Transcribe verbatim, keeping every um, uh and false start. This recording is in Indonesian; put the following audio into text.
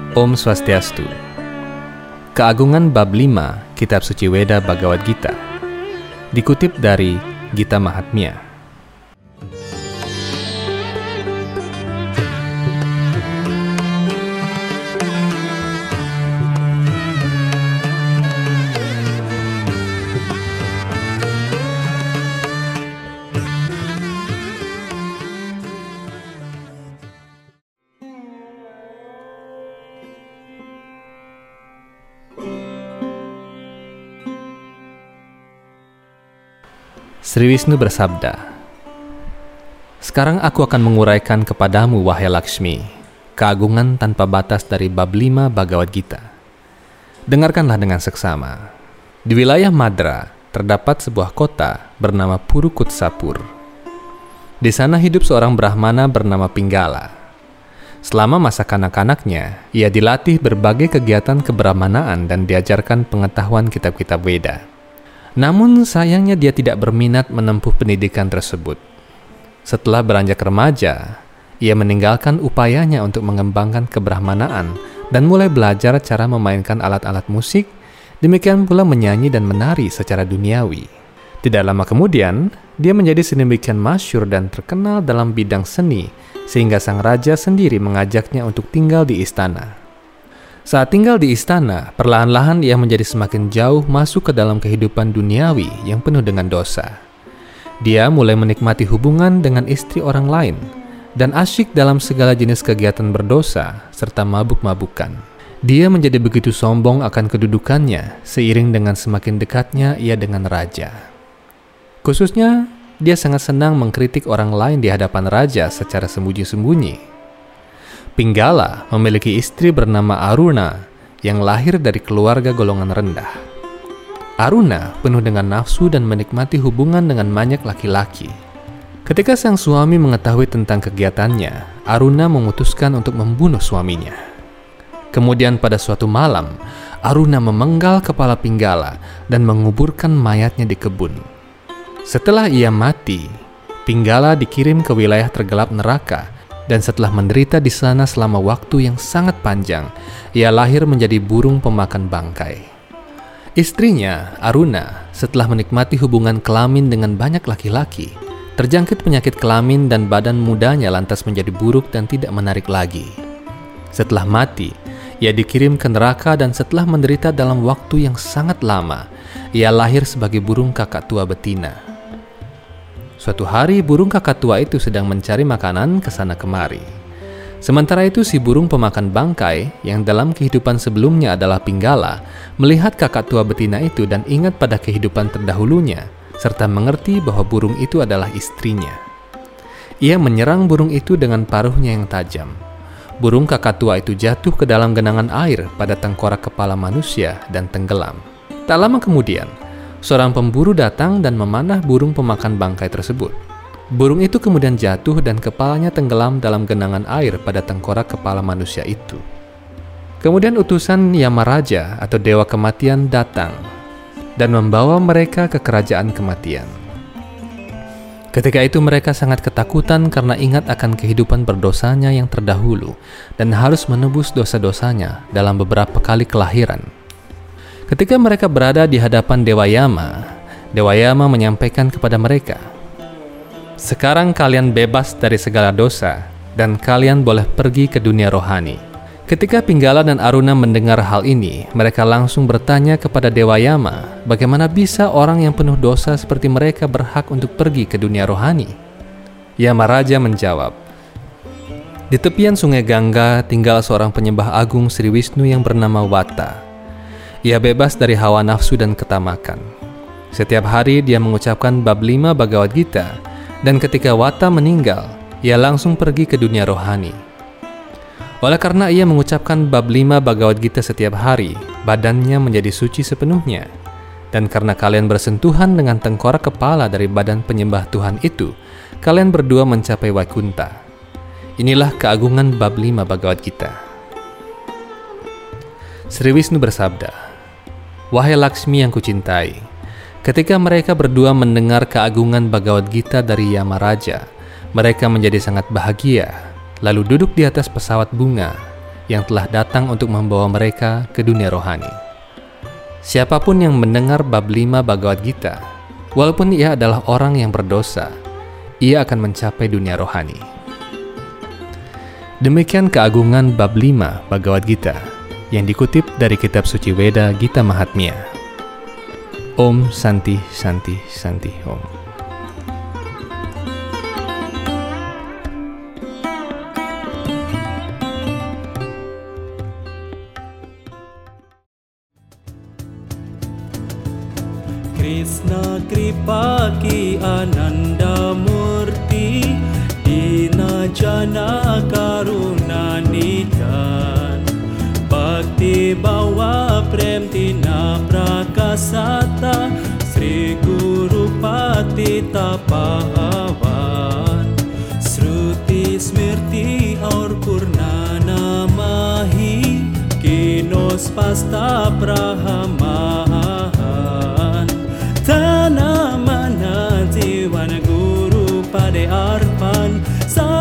Om Swastiastu. Keagungan bab lima Kitab Suci Weda Bhagavad Gita dikutip dari Gita Mahatmya. Sri Wisnu bersabda, "Sekarang aku akan menguraikan kepadamu, wahai Lakshmi, keagungan tanpa batas dari bab lima Bhagavad Gita. Dengarkanlah dengan seksama. Di wilayah Madra terdapat sebuah kota bernama Purukutsapur. Di sana hidup seorang Brahmana bernama Pinggala. Selama masa kanak-kanaknya, ia dilatih berbagai kegiatan kebrahmanaan dan diajarkan pengetahuan kitab-kitab Weda. Namun sayangnya dia tidak berminat menempuh pendidikan tersebut. Setelah beranjak remaja, ia meninggalkan upayanya untuk mengembangkan kebrahmanaan dan mulai belajar cara memainkan alat-alat musik, demikian pula menyanyi dan menari secara duniawi. Tidak lama kemudian, dia menjadi sedemikian masyhur dan terkenal dalam bidang seni, sehingga sang raja sendiri mengajaknya untuk tinggal di istana. Saat tinggal di istana, perlahan-lahan ia menjadi semakin jauh masuk ke dalam kehidupan duniawi yang penuh dengan dosa. Dia mulai menikmati hubungan dengan istri orang lain dan asyik dalam segala jenis kegiatan berdosa serta mabuk-mabukan. Dia menjadi begitu sombong akan kedudukannya seiring dengan semakin dekatnya ia dengan raja. Khususnya, dia sangat senang mengkritik orang lain di hadapan raja secara sembunyi-sembunyi. Pinggala memiliki istri bernama Aruna yang lahir dari keluarga golongan rendah. Aruna penuh dengan nafsu dan menikmati hubungan dengan banyak laki-laki. Ketika sang suami mengetahui tentang kegiatannya, Aruna memutuskan untuk membunuh suaminya. Kemudian pada suatu malam, Aruna memenggal kepala Pinggala dan menguburkan mayatnya di kebun. Setelah ia mati, Pinggala dikirim ke wilayah tergelap neraka. Dan setelah menderita di sana selama waktu yang sangat panjang, ia lahir menjadi burung pemakan bangkai. Istrinya, Aruna, setelah menikmati hubungan kelamin dengan banyak laki-laki, terjangkit penyakit kelamin dan badan mudanya lantas menjadi buruk dan tidak menarik lagi. Setelah mati, ia dikirim ke neraka dan setelah menderita dalam waktu yang sangat lama, ia lahir sebagai burung kakak tua betina. Suatu hari, burung kakak tua itu sedang mencari makanan ke sana kemari. Sementara itu, si burung pemakan bangkai, yang dalam kehidupan sebelumnya adalah Pinggala, melihat kakak tua betina itu dan ingat pada kehidupan terdahulunya, serta mengerti bahwa burung itu adalah istrinya. Ia menyerang burung itu dengan paruhnya yang tajam. Burung kakak tua itu jatuh ke dalam genangan air pada tengkorak kepala manusia dan tenggelam. Tak lama kemudian, seorang pemburu datang dan memanah burung pemakan bangkai tersebut. Burung itu kemudian jatuh dan kepalanya tenggelam dalam genangan air pada tengkorak kepala manusia itu. Kemudian utusan Yamaraja atau Dewa Kematian datang dan membawa mereka ke kerajaan kematian. Ketika itu mereka sangat ketakutan karena ingat akan kehidupan berdosanya yang terdahulu dan harus menebus dosa-dosanya dalam beberapa kali kelahiran. Ketika mereka berada di hadapan Dewa Yama, Dewa Yama menyampaikan kepada mereka, "Sekarang kalian bebas dari segala dosa, dan kalian boleh pergi ke dunia rohani." Ketika Pinggala dan Aruna mendengar hal ini, mereka langsung bertanya kepada Dewa Yama, bagaimana bisa orang yang penuh dosa seperti mereka berhak untuk pergi ke dunia rohani? Yamaraja menjawab, "Di tepian sungai Gangga tinggal seorang penyembah agung Sri Wisnu yang bernama Wata. Ia bebas dari hawa nafsu dan ketamakan. Setiap hari dia mengucapkan bab lima Bhagavad Gita, dan ketika Wata meninggal, ia langsung pergi ke dunia rohani. Oleh karena ia mengucapkan bab lima Bhagavad Gita setiap hari, badannya menjadi suci sepenuhnya. Dan karena kalian bersentuhan dengan tengkorak kepala dari badan penyembah Tuhan itu, kalian berdua mencapai Vaikunta. Inilah keagungan bab lima Bhagavad Gita." Sri Wisnu bersabda, "Wahai Lakshmi yang kucintai, ketika mereka berdua mendengar keagungan Bhagavad Gita dari Yamaraja, mereka menjadi sangat bahagia, lalu duduk di atas pesawat bunga yang telah datang untuk membawa mereka ke dunia rohani. Siapapun yang mendengar bab lima Bhagavad Gita, walaupun ia adalah orang yang berdosa, ia akan mencapai dunia rohani. Demikian keagungan bab lima Bhagavad Gita yang dikutip dari kitab suci Weda Gita Mahatmya. Om Santi Santi Santi Om. Krishna Kripa Ki Ananda Murti Dina Jana Karuna Nidan Bhakti Bawa Prem Tina Prakasata Sri Guru Patita Pahavan Sruti Smirti Aur Purnana Mahi Kinos Pasta Prahamahan Tana Mana Jiwan Guru Pade Arpan Sa